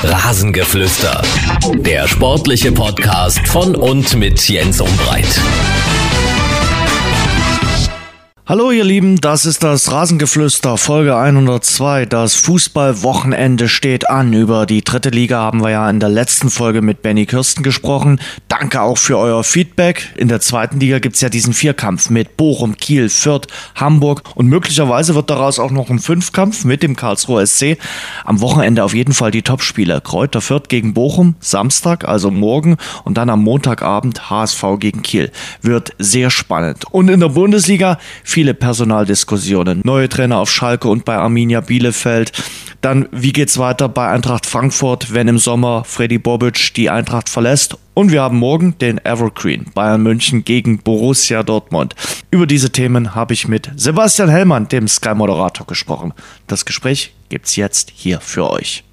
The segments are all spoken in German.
Rasengeflüster, der sportliche Podcast von und mit Jens Umbreit. Hallo ihr Lieben, das ist das Rasengeflüster, Folge 102. Das Fußballwochenende steht an. Über die dritte Liga haben wir ja in der letzten Folge mit Benny Kirsten gesprochen. Danke auch für euer Feedback. In der zweiten Liga gibt's ja diesen Vierkampf mit Bochum, Kiel, Fürth, Hamburg und möglicherweise wird daraus auch noch ein Fünfkampf mit dem Karlsruher SC. Am Wochenende auf jeden Fall die Topspiele. Kräuter Fürth gegen Bochum, Samstag, also morgen, und dann am Montagabend HSV gegen Kiel. Wird sehr spannend. Und in der Bundesliga viele Personaldiskussionen. Neue Trainer auf Schalke und bei Arminia Bielefeld. Dann, wie geht's weiter bei Eintracht Frankfurt, wenn im Sommer Freddy Bobic die Eintracht verlässt? Und wir haben morgen den Evergreen Bayern München gegen Borussia Dortmund. Über diese Themen habe ich mit Sebastian Hellmann, dem Sky-Moderator, gesprochen. Das Gespräch gibt's jetzt hier für euch.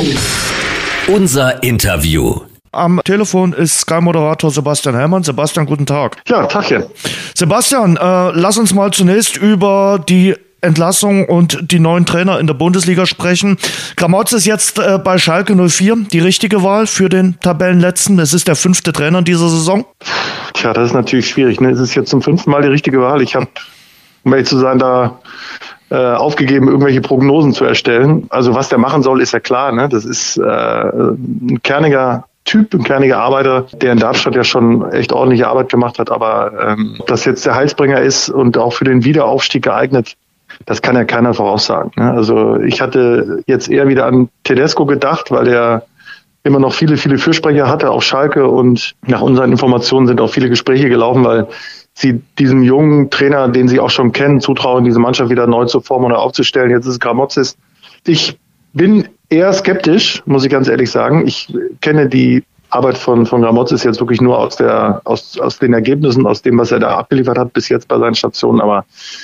Unser Interview. Am Telefon ist Sky-Moderator Sebastian Hellmann. Sebastian, guten Tag. Ja, Tagchen. Sebastian, lass uns mal zunächst über die Entlassung und die neuen Trainer in der Bundesliga sprechen. Gramozis ist jetzt bei Schalke 04 die richtige Wahl für den Tabellenletzten. Es ist der 5. Trainer in dieser Saison. Tja, das ist natürlich schwierig. Ne? Es ist jetzt zum 5. Mal die richtige Wahl. Ich habe, um ehrlich zu sein, da aufgegeben, irgendwelche Prognosen zu erstellen. Also was der machen soll, ist ja klar. Ne? Das ist ein kerniger Typ, ein kerniger Arbeiter, der in Darmstadt ja schon echt ordentliche Arbeit gemacht hat. Aber ob das jetzt der Heilsbringer ist und auch für den Wiederaufstieg geeignet, das kann ja keiner voraussagen. Ne? Also ich hatte jetzt eher wieder an Tedesco gedacht, weil er immer noch viele Fürsprecher hatte auf Schalke und nach unseren Informationen sind auch viele Gespräche gelaufen, weil sie diesem jungen Trainer, den sie auch schon kennen, zutrauen, diese Mannschaft wieder neu zu formen oder aufzustellen. Jetzt ist es Gramozis. Ich bin eher skeptisch, muss ich ganz ehrlich sagen. Ich kenne die Arbeit von Gramozis jetzt wirklich nur aus den Ergebnissen, aus dem, was er da abgeliefert hat bis jetzt bei seinen Stationen. Aber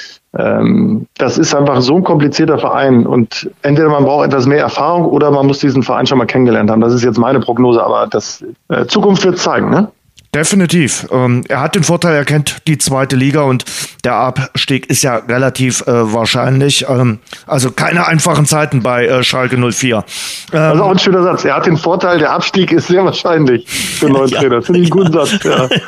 das ist einfach so ein komplizierter Verein und entweder man braucht etwas mehr Erfahrung oder man muss diesen Verein schon mal kennengelernt haben. Das ist jetzt meine Prognose, aber das Zukunft wird zeigen, ne? Definitiv. Er hat den Vorteil, er kennt die zweite Liga und der Abstieg ist ja relativ wahrscheinlich. Also keine einfachen Zeiten bei Schalke 04. Das ist auch ein schöner Satz. Er hat den Vorteil, der Abstieg ist sehr wahrscheinlich für einen neuen Trainer. Finde ich einen guten Satz.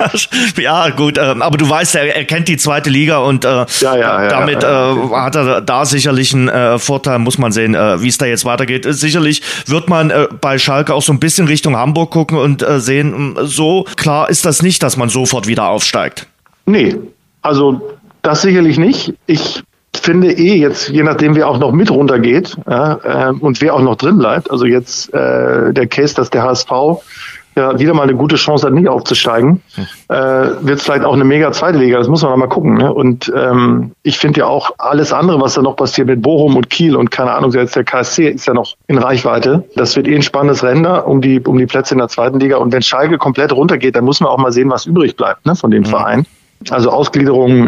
Ja, gut. Aber du weißt, er kennt die zweite Liga und damit hat er da sicherlich einen Vorteil. Muss man sehen, wie es da jetzt weitergeht. Sicherlich wird man bei Schalke auch so ein bisschen Richtung Hamburg gucken und sehen, so klar ist das nicht, dass man sofort wieder aufsteigt. Nee, also das sicherlich nicht. Ich finde jetzt, je nachdem wer auch noch mit runtergeht und wer auch noch drin bleibt, also jetzt der Case, dass der HSV wieder mal eine gute Chance hat, nicht aufzusteigen, wird es vielleicht auch eine mega zweite Liga, das muss man mal gucken. Ne? Und ich finde ja auch alles andere, was da noch passiert mit Bochum und Kiel und keine Ahnung, jetzt der KSC ist ja noch in Reichweite. Das wird ein spannendes Rennen da um die Plätze in der zweiten Liga. Und wenn Schalke komplett runtergeht, dann muss man auch mal sehen, was übrig bleibt, ne, von dem Verein. Also Ausgliederung,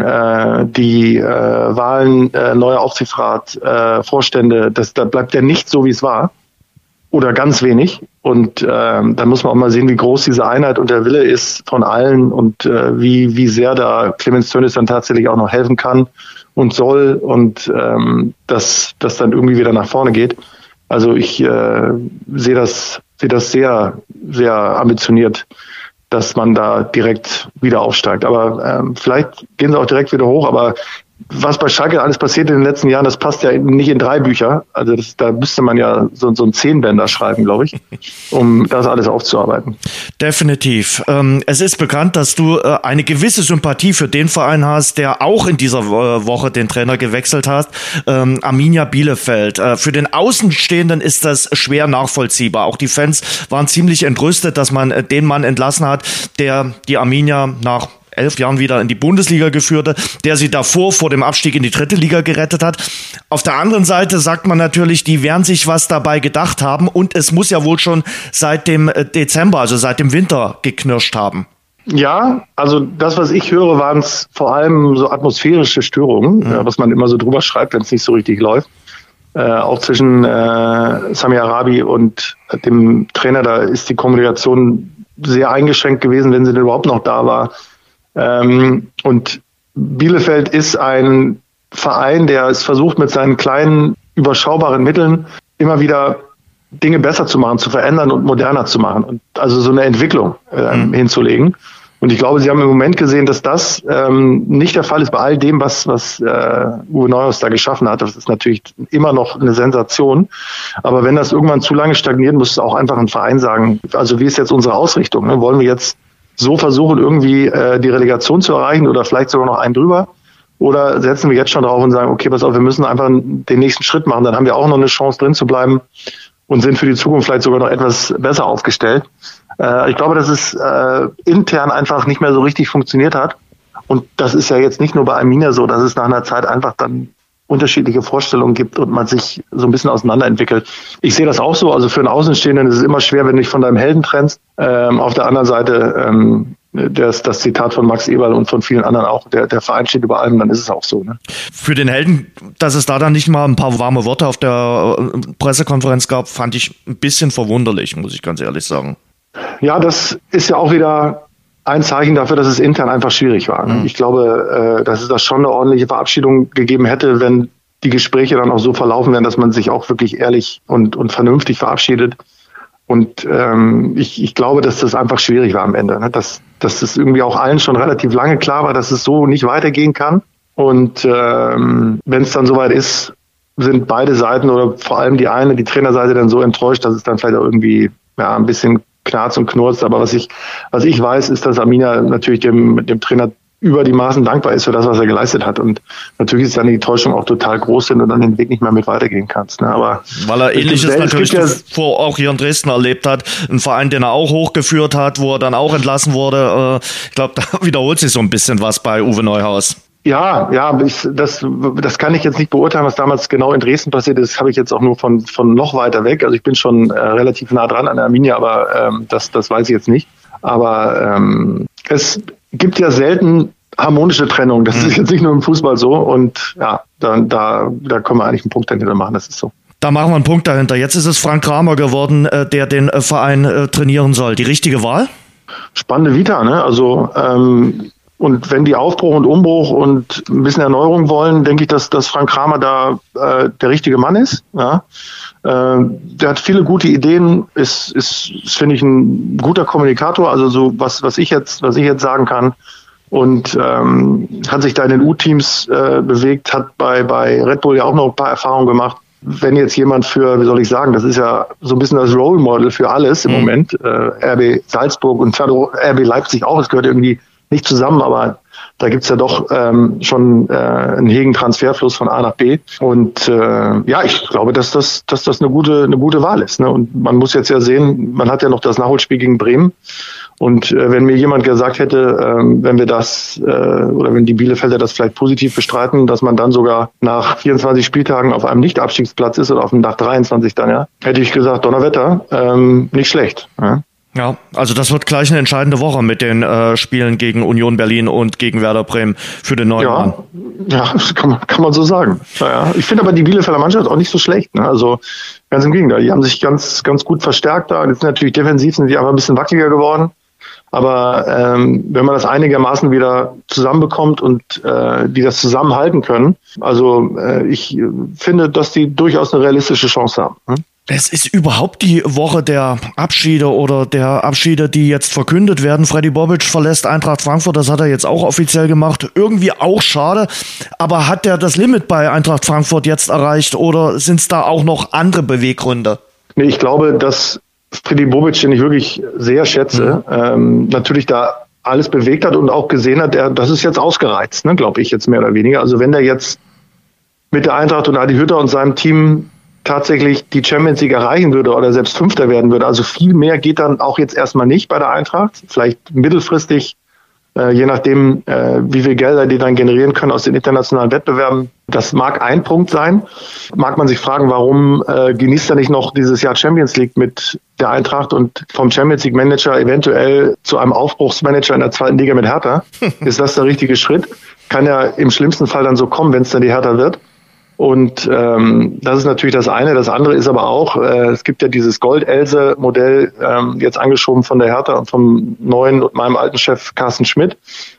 die Wahlen, neuer Aufsichtsrat, Vorstände, da bleibt ja nicht so, wie es war. Oder ganz wenig. Und dann muss man auch mal sehen, wie groß diese Einheit und der Wille ist von allen und wie sehr da Clemens Tönnies dann tatsächlich auch noch helfen kann und soll und dass das dann irgendwie wieder nach vorne geht. Also ich sehe das sehr, sehr ambitioniert, dass man da direkt wieder aufsteigt. Aber vielleicht gehen sie auch direkt wieder hoch, aber was bei Schalke alles passiert in den letzten Jahren, das passt ja nicht in 3 Bücher. Also da müsste man ja so einen 10-Bänder schreiben, glaube ich, um das alles aufzuarbeiten. Definitiv. Es ist bekannt, dass du eine gewisse Sympathie für den Verein hast, der auch in dieser Woche den Trainer gewechselt hat, Arminia Bielefeld. Für den Außenstehenden ist das schwer nachvollziehbar. Auch die Fans waren ziemlich entrüstet, dass man den Mann entlassen hat, der die Arminia nach 11 Jahren wieder in die Bundesliga geführte, der sie davor vor dem Abstieg in die dritte Liga gerettet hat. Auf der anderen Seite sagt man natürlich, die werden sich was dabei gedacht haben und es muss ja wohl schon seit dem Dezember, also seit dem Winter geknirscht haben. Ja, also das, was ich höre, waren es vor allem so atmosphärische Störungen, was man immer so drüber schreibt, wenn es nicht so richtig läuft. Auch zwischen Sami Arabi und dem Trainer, da ist die Kommunikation sehr eingeschränkt gewesen, wenn sie denn überhaupt noch da war. Und Bielefeld ist ein Verein, der es versucht, mit seinen kleinen, überschaubaren Mitteln immer wieder Dinge besser zu machen, zu verändern und moderner zu machen und also so eine Entwicklung hinzulegen. Und ich glaube, Sie haben im Moment gesehen, dass das nicht der Fall ist bei all dem, was Uwe Neuhaus da geschaffen hat. Das ist natürlich immer noch eine Sensation. Aber wenn das irgendwann zu lange stagniert, muss auch einfach ein Verein sagen, also wie ist jetzt unsere Ausrichtung? Ne? Wollen wir jetzt so versuchen, irgendwie die Relegation zu erreichen oder vielleicht sogar noch einen drüber? Oder setzen wir jetzt schon drauf und sagen, okay, pass auf, wir müssen einfach den nächsten Schritt machen. Dann haben wir auch noch eine Chance, drin zu bleiben und sind für die Zukunft vielleicht sogar noch etwas besser aufgestellt. Ich glaube, dass es intern einfach nicht mehr so richtig funktioniert hat. Und das ist ja jetzt nicht nur bei Arminia so, dass es nach einer Zeit einfach dann unterschiedliche Vorstellungen gibt und man sich so ein bisschen auseinanderentwickelt. Ich sehe das auch so. Also für einen Außenstehenden ist es immer schwer, wenn du dich von deinem Helden trennst. Auf der anderen Seite das Zitat von Max Eberl und von vielen anderen auch, der Verein steht über allem, dann ist es auch so. Ne? Für den Helden, dass es da dann nicht mal ein paar warme Worte auf der Pressekonferenz gab, fand ich ein bisschen verwunderlich, muss ich ganz ehrlich sagen. Ja, das ist ja auch wieder ein Zeichen dafür, dass es intern einfach schwierig war. Ne? Ich glaube, dass es da schon eine ordentliche Verabschiedung gegeben hätte, wenn die Gespräche dann auch so verlaufen wären, dass man sich auch wirklich ehrlich und vernünftig verabschiedet. Und ich glaube, dass das einfach schwierig war am Ende. Ne? Dass es irgendwie auch allen schon relativ lange klar war, dass es so nicht weitergehen kann. Und wenn es dann soweit ist, sind beide Seiten oder vor allem die Trainerseite dann so enttäuscht, dass es dann vielleicht auch irgendwie ein bisschen knarzt und knurzt. Aber was ich weiß, ist, dass Arminia natürlich dem Trainer über die Maßen dankbar ist für das, was er geleistet hat. Und natürlich ist dann die Enttäuschung auch total groß, wenn du dann den Weg nicht mehr mit weitergehen kannst. Ne? Aber weil er Ähnliches natürlich zuvor auch hier in Dresden erlebt hat. Ein Verein, den er auch hochgeführt hat, wo er dann auch entlassen wurde. Ich glaube, da wiederholt sich so ein bisschen was bei Uwe Neuhaus. Ja, das kann ich jetzt nicht beurteilen, was damals genau in Dresden passiert ist. Habe ich jetzt auch nur von noch weiter weg. Also ich bin schon relativ nah dran an der Arminia, aber das weiß ich jetzt nicht. Aber es gibt ja selten harmonische Trennung. Das ist jetzt nicht nur im Fußball so. Und ja, da können wir eigentlich einen Punkt dahinter machen. Das ist so. Da machen wir einen Punkt dahinter. Jetzt ist es Frank Kramer geworden, der den Verein trainieren soll. Die richtige Wahl? Spannende Vita, ne? Also und wenn die Aufbruch und Umbruch und ein bisschen Erneuerung wollen, denke ich, dass Frank Kramer da der richtige Mann ist. Ja. Der hat viele gute Ideen, ist finde ich, ein guter Kommunikator, also so was ich jetzt sagen kann. Und hat sich da in den U-Teams bewegt, hat bei Red Bull ja auch noch ein paar Erfahrungen gemacht. Wenn jetzt jemand wie soll ich sagen, das ist ja so ein bisschen das Role Model für alles im Moment, RB Salzburg und RB Leipzig auch, es gehört irgendwie nicht zusammen, aber da gibt's ja doch schon einen hegen Transferfluss von A nach B. Und ich glaube, dass das eine gute Wahl ist. Ne? Und man muss jetzt ja sehen, man hat ja noch das Nachholspiel gegen Bremen. Und wenn mir jemand gesagt hätte, wenn wir das oder wenn die Bielefelder das vielleicht positiv bestreiten, dass man dann sogar nach 24 Spieltagen auf einem Nicht-Abstiegsplatz ist oder nach 23 dann, ja, hätte ich gesagt, Donnerwetter, nicht schlecht. Ja? Ja, also das wird gleich eine entscheidende Woche mit den Spielen gegen Union Berlin und gegen Werder Bremen für den neuen Mann. Ja, das kann man so sagen. Naja, ich finde aber die Bielefelder Mannschaft auch nicht so schlecht. Ne? Also ganz im Gegenteil, die haben sich ganz gut verstärkt da. Jetzt natürlich defensiv sind die einfach ein bisschen wackeliger geworden. Aber wenn man das einigermaßen wieder zusammenbekommt und die das zusammenhalten können, also ich finde, dass die durchaus eine realistische Chance haben. Hm? Es ist überhaupt die Woche der Abschiede oder der Abschiede, die jetzt verkündet werden. Freddy Bobic verlässt Eintracht Frankfurt, das hat er jetzt auch offiziell gemacht. Irgendwie auch schade, aber hat er das Limit bei Eintracht Frankfurt jetzt erreicht oder sind es da auch noch andere Beweggründe? Nee, ich glaube, dass Freddy Bobic, den ich wirklich sehr schätze, natürlich da alles bewegt hat und auch gesehen hat, das ist jetzt ausgereizt, ne, glaube ich jetzt mehr oder weniger. Also wenn der jetzt mit der Eintracht und Adi Hütter und seinem Team tatsächlich die Champions League erreichen würde oder selbst Fünfter werden würde, also viel mehr geht dann auch jetzt erstmal nicht bei der Eintracht. Vielleicht mittelfristig, je nachdem, wie viel Gelder die dann generieren können aus den internationalen Wettbewerben. Das mag ein Punkt sein. Mag man sich fragen, warum genießt er nicht noch dieses Jahr Champions League mit der Eintracht und vom Champions League Manager eventuell zu einem Aufbruchsmanager in der zweiten Liga mit Hertha? Ist das der richtige Schritt? Kann ja im schlimmsten Fall dann so kommen, wenn es dann die Hertha wird. Und das ist natürlich das eine. Das andere ist aber auch, es gibt ja dieses Gold-Else-Modell jetzt angeschoben von der Hertha und vom neuen und meinem alten Chef Carsten Schmidt.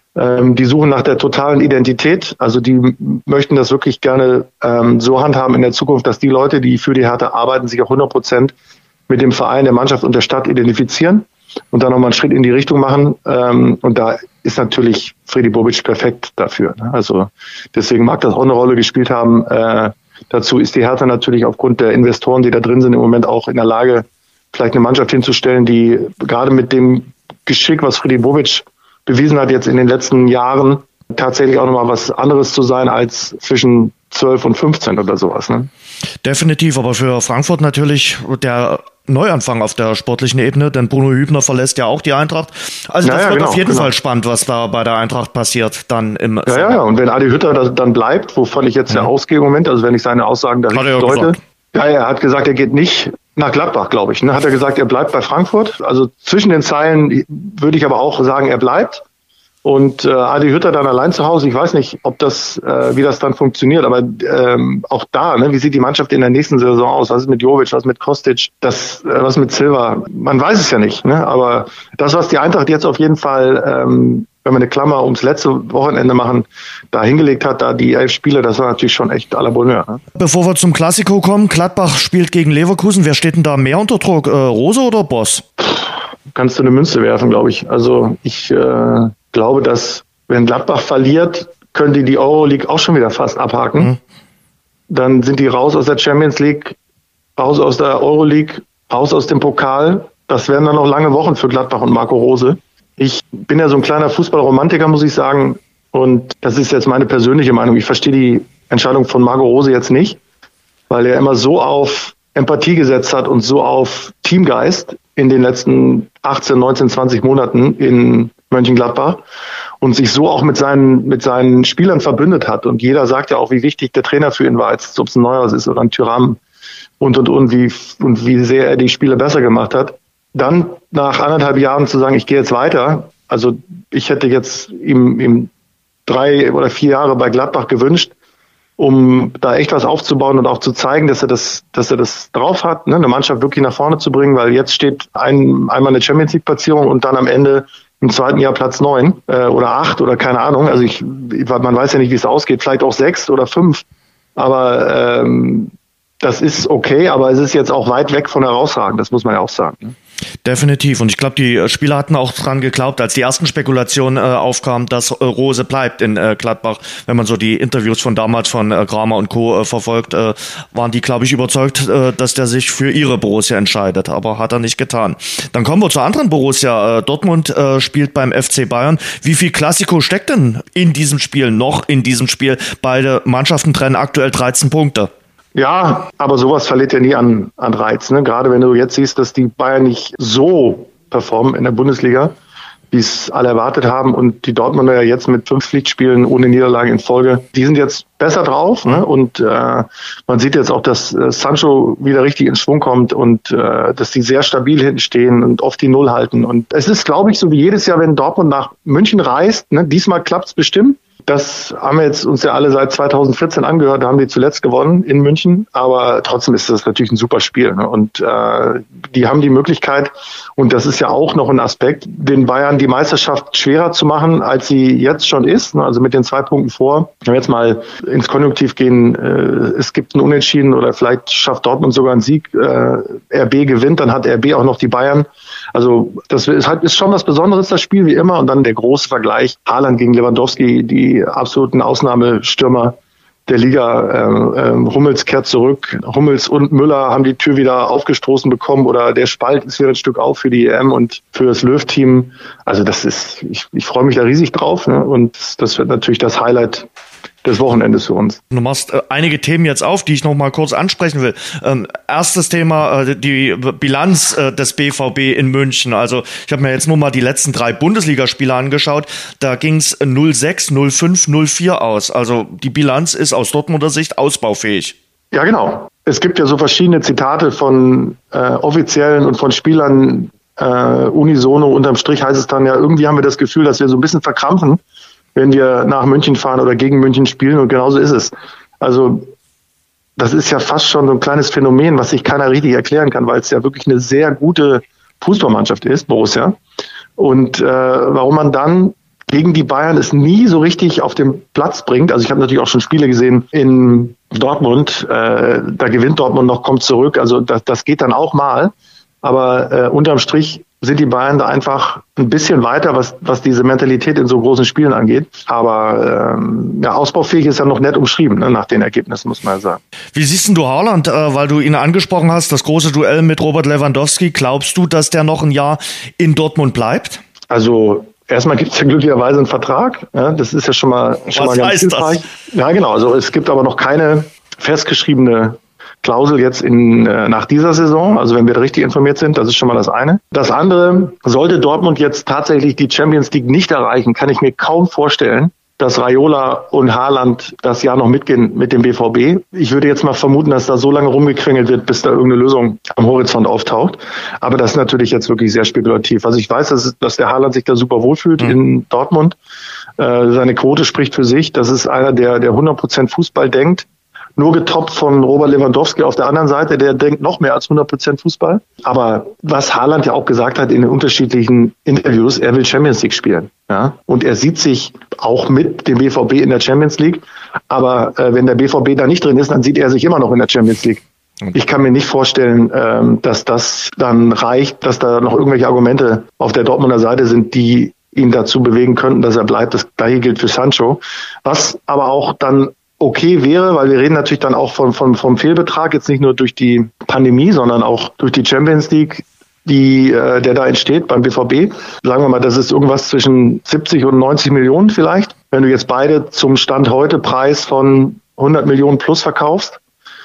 Die suchen nach der totalen Identität. Also die möchten das wirklich gerne so handhaben in der Zukunft, dass die Leute, die für die Hertha arbeiten, sich auch 100% mit dem Verein, der Mannschaft und der Stadt identifizieren und dann nochmal einen Schritt in die Richtung machen. Und da ist natürlich Fredi Bobic perfekt dafür. Also deswegen mag das auch eine Rolle gespielt haben. Dazu ist die Hertha natürlich aufgrund der Investoren, die da drin sind, im Moment auch in der Lage, vielleicht eine Mannschaft hinzustellen, die gerade mit dem Geschick, was Fredi Bobic bewiesen hat jetzt in den letzten Jahren, tatsächlich auch nochmal was anderes zu sein als zwischen 12 und 15 oder sowas. Ne? Definitiv, aber für Frankfurt natürlich der Neuanfang auf der sportlichen Ebene, denn Bruno Hübner verlässt ja auch die Eintracht. Also das wird auf jeden Fall spannend, was da bei der Eintracht passiert dann im Sommer. Ja, und wenn Adi Hütter dann bleibt, wovon ich jetzt ja ausgehe im Moment, also wenn ich seine Aussagen da richtig deute. Ja, er hat gesagt, er geht nicht nach Gladbach, glaube ich. Ne? Hat er gesagt, er bleibt bei Frankfurt. Also zwischen den Zeilen würde ich aber auch sagen, er bleibt. Und Adi Hütter dann allein zu Hause, ich weiß nicht, ob das, wie das dann funktioniert, aber auch da, ne, wie sieht die Mannschaft in der nächsten Saison aus? Was ist mit Jovic, was mit Kostic, was mit Silva? Man weiß es ja nicht, ne? Aber das, was die Eintracht jetzt auf jeden Fall, wenn wir eine Klammer ums letzte Wochenende machen, da hingelegt hat, da die 11 Spiele, das war natürlich schon echt à la Bonheur. Ne? Bevor wir zum Klassiko kommen, Gladbach spielt gegen Leverkusen. Wer steht denn da mehr unter Druck, Rose oder Boss? Kannst du eine Münze werfen, glaube ich. Also ich glaube, dass wenn Gladbach verliert, können die Euroleague auch schon wieder fast abhaken. Mhm. Dann sind die raus aus der Champions League, raus aus der Euroleague, raus aus dem Pokal. Das werden dann noch lange Wochen für Gladbach und Marco Rose. Ich bin ja so ein kleiner Fußballromantiker, muss ich sagen. Und das ist jetzt meine persönliche Meinung. Ich verstehe die Entscheidung von Marco Rose jetzt nicht, weil er immer so auf Empathie gesetzt hat und so auf Teamgeist in den letzten 18, 19, 20 Monaten in Mönchengladbach und sich so auch mit seinen Spielern verbündet hat. Und jeder sagt ja auch, wie wichtig der Trainer für ihn war, als ob es ein Neuhaus ist oder ein Thuram und wie sehr er die Spieler besser gemacht hat. Dann nach 1,5 Jahren zu sagen, ich gehe jetzt weiter. Also ich hätte jetzt ihm 3 oder 4 Jahre bei Gladbach gewünscht, um da echt was aufzubauen und auch zu zeigen, dass er das drauf hat, ne, eine Mannschaft wirklich nach vorne zu bringen, weil jetzt steht einmal eine Champions-League-Platzierung und dann am Ende im zweiten Jahr Platz 9 oder 8 oder keine Ahnung. Also man weiß ja nicht, wie es ausgeht, vielleicht auch 6 oder 5, aber das ist okay, aber es ist jetzt auch weit weg von herausragend, das muss man ja auch sagen. Ne? Definitiv. Und ich glaube, die Spieler hatten auch dran geglaubt, als die ersten Spekulationen aufkamen, dass Rose bleibt in Gladbach. Wenn man so die Interviews von damals von Kramer und Co. verfolgt, waren die, glaube ich, überzeugt, dass der sich für ihre Borussia entscheidet. Aber hat er nicht getan. Dann kommen wir zur anderen Borussia. Dortmund spielt beim FC Bayern. Wie viel Klassiko steckt denn in diesem Spiel, noch in diesem Spiel? Beide Mannschaften trennen aktuell 13 Punkte. Ja, aber sowas verliert ja nie an Reiz. Ne? Gerade wenn du jetzt siehst, dass die Bayern nicht so performen in der Bundesliga, wie es alle erwartet haben. Und die Dortmunder ja jetzt mit 5 Pflichtspielen ohne Niederlage in Folge, die sind jetzt besser drauf. Ne? Und man sieht jetzt auch, dass Sancho wieder richtig ins Schwung kommt und dass die sehr stabil hinten stehen und oft die Null halten. Und es ist, glaube ich, so wie jedes Jahr, wenn Dortmund nach München reist. Ne? Diesmal klappt's bestimmt. Das haben wir jetzt uns ja alle seit 2014 angehört, da haben die zuletzt gewonnen in München, aber trotzdem ist das natürlich ein super Spiel. Ne? Und die haben die Möglichkeit, und das ist ja auch noch ein Aspekt, den Bayern die Meisterschaft schwerer zu machen, als sie jetzt schon ist. Ne? Also mit den 2 Punkten vor. Wenn wir jetzt mal ins Konjunktiv gehen, es gibt einen Unentschieden oder vielleicht schafft Dortmund sogar einen Sieg, RB gewinnt, dann hat RB auch noch die Bayern. Also das ist schon was Besonderes, das Spiel, wie immer. Und dann der große Vergleich, Haaland gegen Lewandowski, die absoluten Ausnahmestürmer der Liga. Hummels kehrt zurück. Hummels und Müller haben die Tür wieder aufgestoßen bekommen oder der Spalt ist wieder ein Stück auf für die EM und für das Löw-Team. Also das ist, ich freue mich da riesig drauf, ne? Und das wird natürlich das Highlight des Wochenendes für uns. Du machst einige Themen jetzt auf, die ich noch mal kurz ansprechen will. Erstes Thema, die Bilanz des BVB in München. Also ich habe mir jetzt nur mal die letzten 3 Bundesligaspiele angeschaut. Da ging es 0-6, 0-5, 0-4 aus. Also die Bilanz ist aus Dortmunder Sicht ausbaufähig. Ja, genau. Es gibt ja so verschiedene Zitate von Offiziellen und von Spielern unisono. Unterm Strich heißt es dann ja, irgendwie haben wir das Gefühl, dass wir so ein bisschen verkrampfen, wenn wir nach München fahren oder gegen München spielen. Und genauso ist es. Also das ist ja fast schon so ein kleines Phänomen, was sich keiner richtig erklären kann, weil es ja wirklich eine sehr gute Fußballmannschaft ist, Borussia. Und warum man dann gegen die Bayern es nie so richtig auf den Platz bringt. Also ich habe natürlich auch schon Spiele gesehen in Dortmund. Da gewinnt Dortmund noch, kommt zurück. Also das geht dann auch mal. Aber unterm Strich sind die Bayern da einfach ein bisschen weiter, was diese Mentalität in so großen Spielen angeht. Aber ausbaufähig ist ja noch nett umschrieben, ne, nach den Ergebnissen, muss man ja sagen. Wie siehst denn du Haaland, weil du ihn angesprochen hast, das große Duell mit Robert Lewandowski? Glaubst du, dass der noch ein Jahr in Dortmund bleibt? Also erstmal gibt es ja glücklicherweise einen Vertrag. Ja, das ist ja schon mal ganz hilfreich. Ja, genau. Also es gibt aber noch keine festgeschriebene Klausel jetzt nach dieser Saison, also wenn wir richtig informiert sind, das ist schon mal das eine. Das andere, sollte Dortmund jetzt tatsächlich die Champions League nicht erreichen, kann ich mir kaum vorstellen, dass Raiola und Haaland das Jahr noch mitgehen mit dem BVB. Ich würde jetzt mal vermuten, dass da so lange rumgequengelt wird, bis da irgendeine Lösung am Horizont auftaucht. Aber das ist natürlich jetzt wirklich sehr spekulativ. Also ich weiß, dass der Haaland sich da super wohlfühlt in Dortmund. Seine Quote spricht für sich. Das ist einer, der 100% Fußball denkt. Nur getoppt von Robert Lewandowski auf der anderen Seite, der denkt noch mehr als 100% Fußball. Aber was Haaland ja auch gesagt hat in den unterschiedlichen Interviews, er will Champions League spielen. Ja? Und er sieht sich auch mit dem BVB in der Champions League. Aber wenn der BVB da nicht drin ist, dann sieht er sich immer noch in der Champions League. Ich kann mir nicht vorstellen, dass das dann reicht, dass da noch irgendwelche Argumente auf der Dortmunder Seite sind, die ihn dazu bewegen könnten, dass er bleibt. Das gleiche gilt für Sancho. Was aber auch dann okay wäre, weil wir reden natürlich dann auch vom Fehlbetrag, jetzt nicht nur durch die Pandemie, sondern auch durch die Champions League, der da entsteht beim BVB. Sagen wir mal, das ist irgendwas zwischen 70 und 90 Millionen vielleicht. Wenn du jetzt beide zum Stand heute Preis von 100 Millionen plus verkaufst,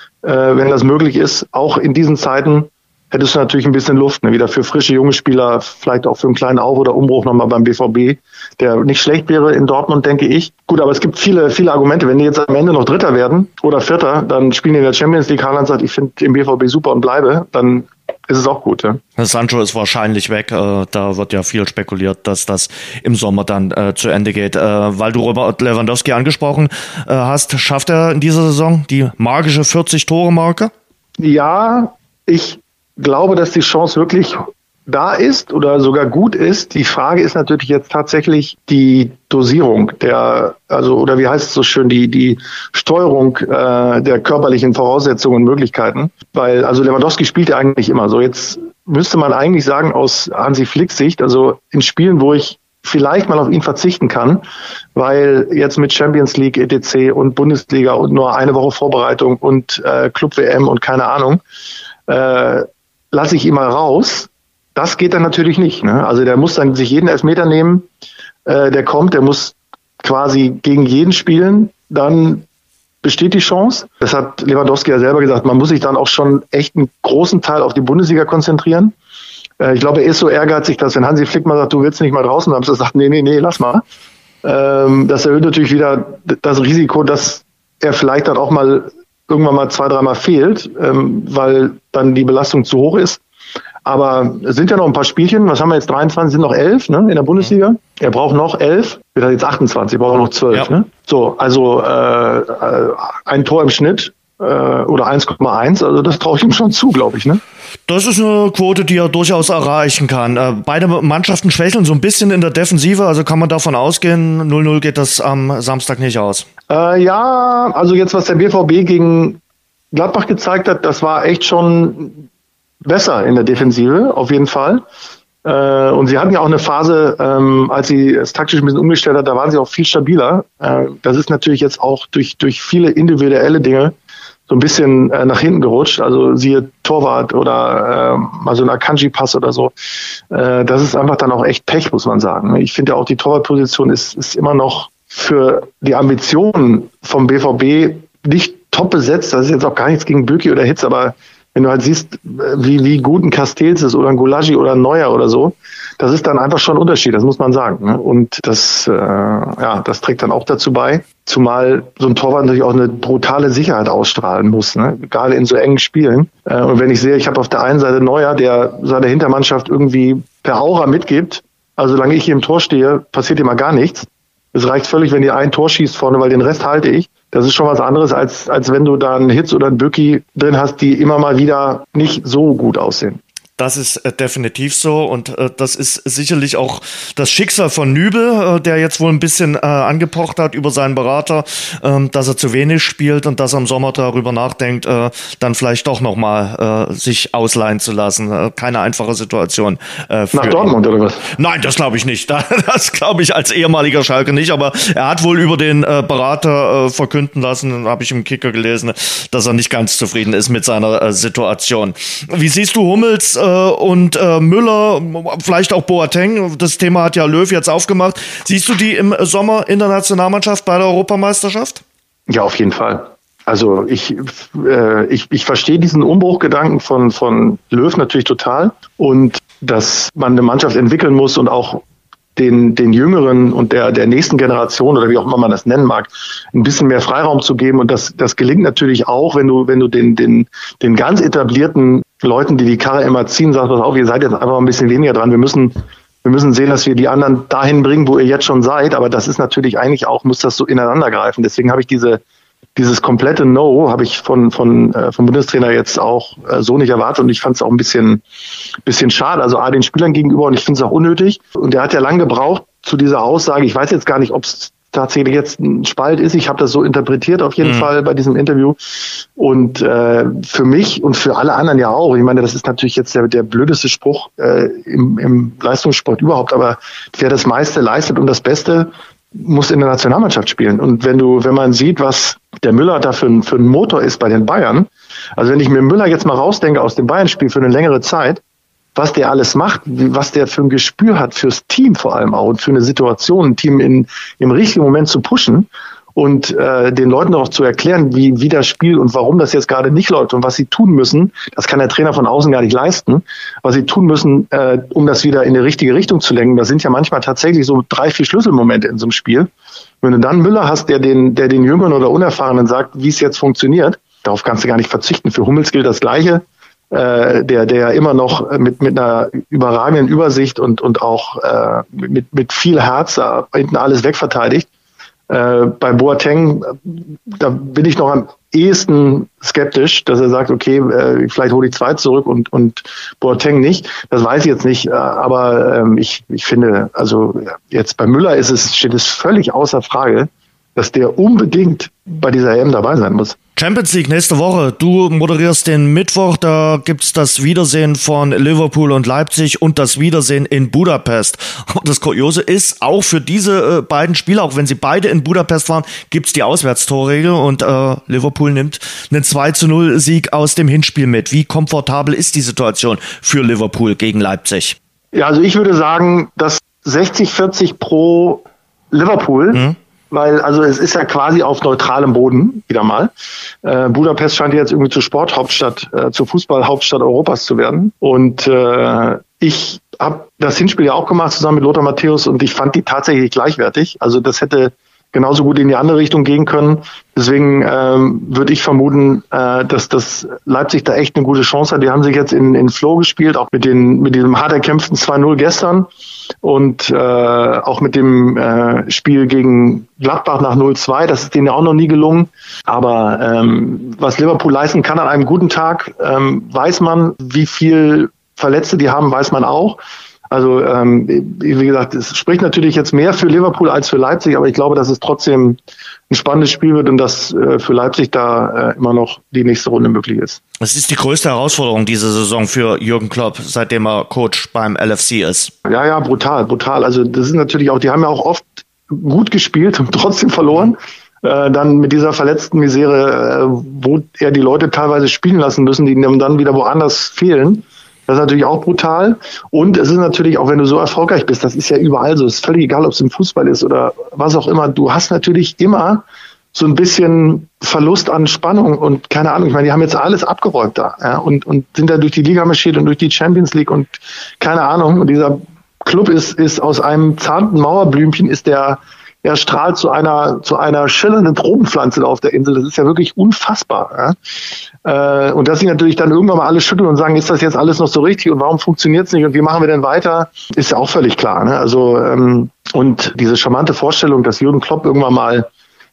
wenn das möglich ist, auch in diesen Zeiten, hättest du natürlich ein bisschen Luft, ne? Wieder für frische junge Spieler, vielleicht auch für einen kleinen Auf- oder Umbruch nochmal beim BVB, der nicht schlecht wäre in Dortmund, denke ich. Gut, aber es gibt viele, viele Argumente. Wenn die jetzt am Ende noch Dritter werden oder Vierter, dann spielen die in der Champions League. Haaland sagt, ich finde den BVB super und bleibe, dann ist es auch gut. Ja? Sancho ist wahrscheinlich weg. Da wird ja viel spekuliert, dass das im Sommer dann zu Ende geht. Weil du Robert Lewandowski angesprochen hast, schafft er in dieser Saison die magische 40-Tore-Marke? Ja, ich glaube, dass die Chance wirklich da ist oder sogar gut ist. Die Frage ist natürlich jetzt tatsächlich die Dosierung oder wie heißt es so schön, die Steuerung der körperlichen Voraussetzungen und Möglichkeiten. Weil, also Lewandowski spielt ja eigentlich immer so. Jetzt müsste man eigentlich sagen, aus Hansi Flicks Sicht, also in Spielen, wo ich vielleicht mal auf ihn verzichten kann, weil jetzt mit Champions League, ETC und Bundesliga und nur eine Woche Vorbereitung und Club-WM und keine Ahnung, lasse ich ihn mal raus. Das geht dann natürlich nicht. Ne? Also der muss dann sich jeden Elfmeter nehmen, der muss quasi gegen jeden spielen, dann besteht die Chance. Das hat Lewandowski ja selber gesagt, man muss sich dann auch schon echt einen großen Teil auf die Bundesliga konzentrieren. Ich glaube, er ist so ehrgeizig, dass wenn Hansi Flick mal sagt, du willst nicht mal draußen, dann haben sie gesagt, nee, lass mal. Das erhöht natürlich wieder das Risiko, dass er vielleicht dann auch irgendwann mal 2-3 Mal fehlt, weil dann die Belastung zu hoch ist. Aber es sind ja noch ein paar Spielchen. Was haben wir jetzt? 23, sind noch 11, ne, in der Bundesliga. Er braucht noch 11. Wird er jetzt 28, braucht noch 12, ja. Ne? So, also ein Tor im Schnitt oder 1,1. Also das traue ich ihm schon zu, glaube ich, ne? Das ist eine Quote, die er durchaus erreichen kann. Beide Mannschaften schwächeln so ein bisschen in der Defensive. Also kann man davon ausgehen, 0-0 geht das am Samstag nicht aus. Ja, also jetzt, was der BVB gegen Gladbach gezeigt hat, das war echt schon besser in der Defensive, auf jeden Fall. Und sie hatten ja auch eine Phase, als sie es taktisch ein bisschen umgestellt hat, da waren sie auch viel stabiler. Das ist natürlich jetzt auch durch viele individuelle Dinge so ein bisschen nach hinten gerutscht. Also siehe Torwart oder mal so ein Akanji-Pass oder so. Das ist einfach dann auch echt Pech, muss man sagen. Ich finde ja auch, die Torwartposition ist immer noch für die Ambitionen vom BVB nicht top besetzt. Das ist jetzt auch gar nichts gegen Böki oder Hitz, aber wenn du halt siehst, wie gut ein Castells ist oder ein Gulagi oder ein Neuer oder so, das ist dann einfach schon ein Unterschied, das muss man sagen. Ne? Und das trägt dann auch dazu bei, zumal so ein Torwart natürlich auch eine brutale Sicherheit ausstrahlen muss, ne? Gerade in so engen Spielen. Und wenn ich sehe, ich habe auf der einen Seite Neuer, der seine Hintermannschaft irgendwie per Aura mitgibt, also solange ich hier im Tor stehe, passiert immer gar nichts. Es reicht völlig, wenn ihr ein Tor schießt vorne, weil den Rest halte ich. Das ist schon was anderes, als wenn du da einen Hitz oder einen Böcki drin hast, die immer mal wieder nicht so gut aussehen. Das ist definitiv so und das ist sicherlich auch das Schicksal von Nübel, der jetzt wohl ein bisschen angepocht hat über seinen Berater, dass er zu wenig spielt und dass er im Sommer darüber nachdenkt, dann vielleicht doch nochmal sich ausleihen zu lassen. Keine einfache Situation. Nach Dortmund oder was? Nein, das glaube ich nicht. Das glaube ich als ehemaliger Schalke nicht, aber er hat wohl über den Berater verkünden lassen, habe ich im Kicker gelesen, dass er nicht ganz zufrieden ist mit seiner Situation. Wie siehst du Hummels und Müller, vielleicht auch Boateng? Das Thema hat ja Löw jetzt aufgemacht. Siehst du die im Sommer in der Nationalmannschaft bei der Europameisterschaft? Ja, auf jeden Fall. Also ich verstehe diesen Umbruchgedanken von Löw natürlich total und dass man eine Mannschaft entwickeln muss und auch den Jüngeren und der nächsten Generation oder wie auch immer man das nennen mag, ein bisschen mehr Freiraum zu geben. Und das gelingt natürlich auch, wenn du den ganz etablierten Leuten, die die Karre immer ziehen, sagst, pass auf, ihr seid jetzt einfach ein bisschen weniger dran. Wir müssen sehen, dass wir die anderen dahin bringen, wo ihr jetzt schon seid. Aber das ist natürlich eigentlich auch, muss das so ineinander greifen. Deswegen habe ich dieses komplette No habe ich vom Bundestrainer jetzt auch so nicht erwartet und ich fand es auch ein bisschen schade, also den Spielern gegenüber und ich finde es auch unnötig. Und er hat ja lange gebraucht zu dieser Aussage. Ich weiß jetzt gar nicht, ob es tatsächlich jetzt ein Spalt ist. Ich habe das so interpretiert auf jeden Fall bei diesem Interview. Und für mich und für alle anderen ja auch. Ich meine, das ist natürlich jetzt der blödeste Spruch im Leistungssport überhaupt, aber wer das meiste leistet und das Beste muss in der Nationalmannschaft spielen. Und wenn man sieht, was der Müller da für ein Motor ist bei den Bayern, also wenn ich mir Müller jetzt mal rausdenke aus dem Bayern-Spiel für eine längere Zeit, was der alles macht, was der für ein Gespür hat fürs Team vor allem auch und für eine Situation, ein Team im richtigen Moment zu pushen und den Leuten auch zu erklären, wie das Spiel und warum das jetzt gerade nicht läuft und was sie tun müssen, das kann der Trainer von außen gar nicht leisten, was sie tun müssen, um das wieder in die richtige Richtung zu lenken. Das sind ja manchmal tatsächlich so 3-4 Schlüsselmomente in so einem Spiel. Wenn du dann Müller hast, der den Jüngeren oder Unerfahrenen sagt, wie es jetzt funktioniert, darauf kannst du gar nicht verzichten. Für Hummels gilt das Gleiche. Der ja immer noch mit einer überragenden Übersicht und auch mit viel Herz hinten alles wegverteidigt. Bei Boateng, da bin ich noch am ehesten skeptisch, dass er sagt, okay, vielleicht hole ich 2 zurück und Boateng nicht. Das weiß ich jetzt nicht, aber ich finde, also jetzt bei Müller steht es völlig außer Frage, dass der unbedingt bei dieser EM dabei sein muss. Champions League nächste Woche. Du moderierst den Mittwoch. Da gibt's das Wiedersehen von Liverpool und Leipzig und das Wiedersehen in Budapest. Und das Kuriose ist, auch für diese beiden Spiele, auch wenn sie beide in Budapest waren, gibt's die Auswärtstorregel und Liverpool nimmt einen 2-0-Sieg aus dem Hinspiel mit. Wie komfortabel ist die Situation für Liverpool gegen Leipzig? Ja, also ich würde sagen, dass 60-40 pro Liverpool. Weil, also es ist ja quasi auf neutralem Boden, wieder mal. Budapest scheint jetzt irgendwie zur Sporthauptstadt, zur Fußballhauptstadt Europas zu werden. Und ich habe das Hinspiel ja auch gemacht, zusammen mit Lothar Matthäus, und ich fand die tatsächlich gleichwertig. Also das hätte genauso gut in die andere Richtung gehen können. Deswegen würde ich vermuten, dass das Leipzig da echt eine gute Chance hat. Die haben sich jetzt in Flow gespielt, auch mit diesem hart erkämpften 2-0 gestern und auch mit dem Spiel gegen Gladbach nach 0-2. Das ist denen ja auch noch nie gelungen. Aber was Liverpool leisten kann an einem guten Tag, weiß man. Wie viel Verletzte die haben, weiß man auch. Also wie gesagt, es spricht natürlich jetzt mehr für Liverpool als für Leipzig, aber ich glaube, dass es trotzdem ein spannendes Spiel wird und dass für Leipzig da immer noch die nächste Runde möglich ist. Was ist die größte Herausforderung diese Saison für Jürgen Klopp, seitdem er Coach beim LFC ist? Ja, brutal. Also das ist natürlich auch, die haben ja auch oft gut gespielt und trotzdem verloren. Dann mit dieser verletzten Misere, wo er die Leute teilweise spielen lassen müssen, die dann wieder woanders fehlen. Das ist natürlich auch brutal. Und es ist natürlich auch, wenn du so erfolgreich bist, das ist ja überall so, es ist völlig egal, ob es im Fußball ist oder was auch immer, du hast natürlich immer so ein bisschen Verlust an Spannung und keine Ahnung, ich meine, die haben jetzt alles abgeräumt da, ja, und sind da durch die Liga marschiert und durch die Champions League und keine Ahnung. Und dieser Club ist aus einem zarten Mauerblümchen, er strahlt zu einer schillernden Tropenpflanze da auf der Insel. Das ist ja wirklich unfassbar. Ja? Und dass sie natürlich dann irgendwann mal alle schütteln und sagen, ist das jetzt alles noch so richtig und warum funktioniert es nicht und wie machen wir denn weiter, ist ja auch völlig klar. Ne? Also und diese charmante Vorstellung, dass Jürgen Klopp irgendwann mal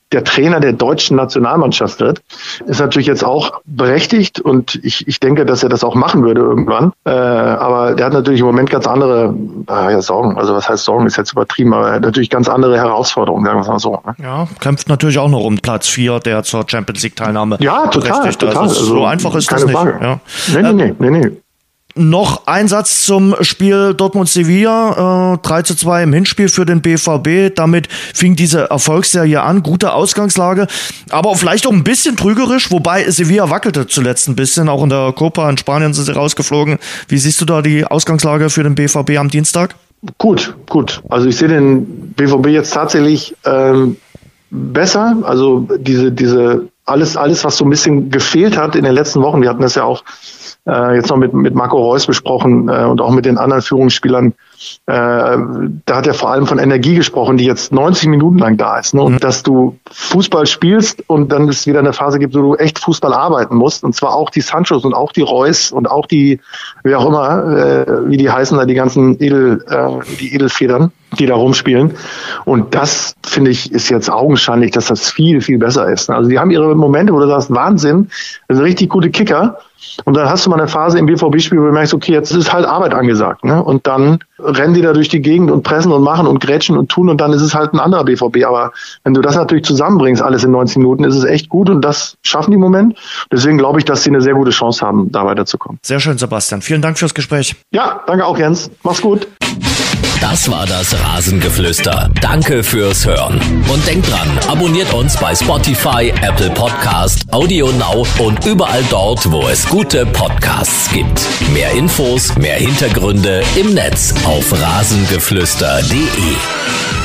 der Trainer der deutschen Nationalmannschaft wird, ist natürlich jetzt auch berechtigt und ich denke, dass er das auch machen würde irgendwann. Aber der hat natürlich im Moment ganz andere Sorgen. Also was heißt Sorgen, ist jetzt übertrieben, aber er hat natürlich ganz andere Herausforderungen, sagen wir es mal so. Ne? Ja, kämpft natürlich auch noch um Platz 4, der zur Champions League Teilnahme berechtigt. Total. Also so einfach ist das nicht. Ja. Nee. Noch ein Satz zum Spiel Dortmund-Sevilla, 3:2 im Hinspiel für den BVB. Damit fing diese Erfolgsserie an, gute Ausgangslage, aber vielleicht auch ein bisschen trügerisch, wobei Sevilla wackelte zuletzt ein bisschen, auch in der Copa in Spanien sind sie rausgeflogen. Wie siehst du da die Ausgangslage für den BVB am Dienstag? Gut. Also ich sehe den BVB jetzt tatsächlich besser, also diese alles, was so ein bisschen gefehlt hat in den letzten Wochen, wir hatten das ja auch jetzt noch mit Marco Reus besprochen und auch mit den anderen Führungsspielern. Da hat er vor allem von Energie gesprochen, die jetzt 90 Minuten lang da ist. Ne? Und dass du Fußball spielst und dann es wieder eine Phase gibt, wo du echt Fußball arbeiten musst. Und zwar auch die Sanchos und auch die Reus und auch die, wie auch immer, wie die heißen da, die ganzen Edelfedern, die da rumspielen. Und das, finde ich, ist jetzt augenscheinlich, dass das viel, viel besser ist. Also die haben ihre Momente, wo du sagst, Wahnsinn, das sind richtig gute Kicker. Und dann hast du mal eine Phase im BVB-Spiel, wo du merkst, okay, jetzt ist halt Arbeit angesagt. Ne? Und dann rennen die da durch die Gegend und pressen und machen und grätschen und tun und dann ist es halt ein anderer BVB. Aber wenn du das natürlich zusammenbringst, alles in 90 Minuten, ist es echt gut und das schaffen die im Moment. Deswegen glaube ich, dass sie eine sehr gute Chance haben, da weiterzukommen. Sehr schön, Sebastian. Vielen Dank fürs Gespräch. Ja, danke auch, Jens. Mach's gut. Das war das Rasengeflüster. Danke fürs Hören. Und denkt dran, abonniert uns bei Spotify, Apple Podcast, Audio Now und überall dort, wo es gute Podcasts gibt. Mehr Infos, mehr Hintergründe im Netz auf rasengeflüster.de.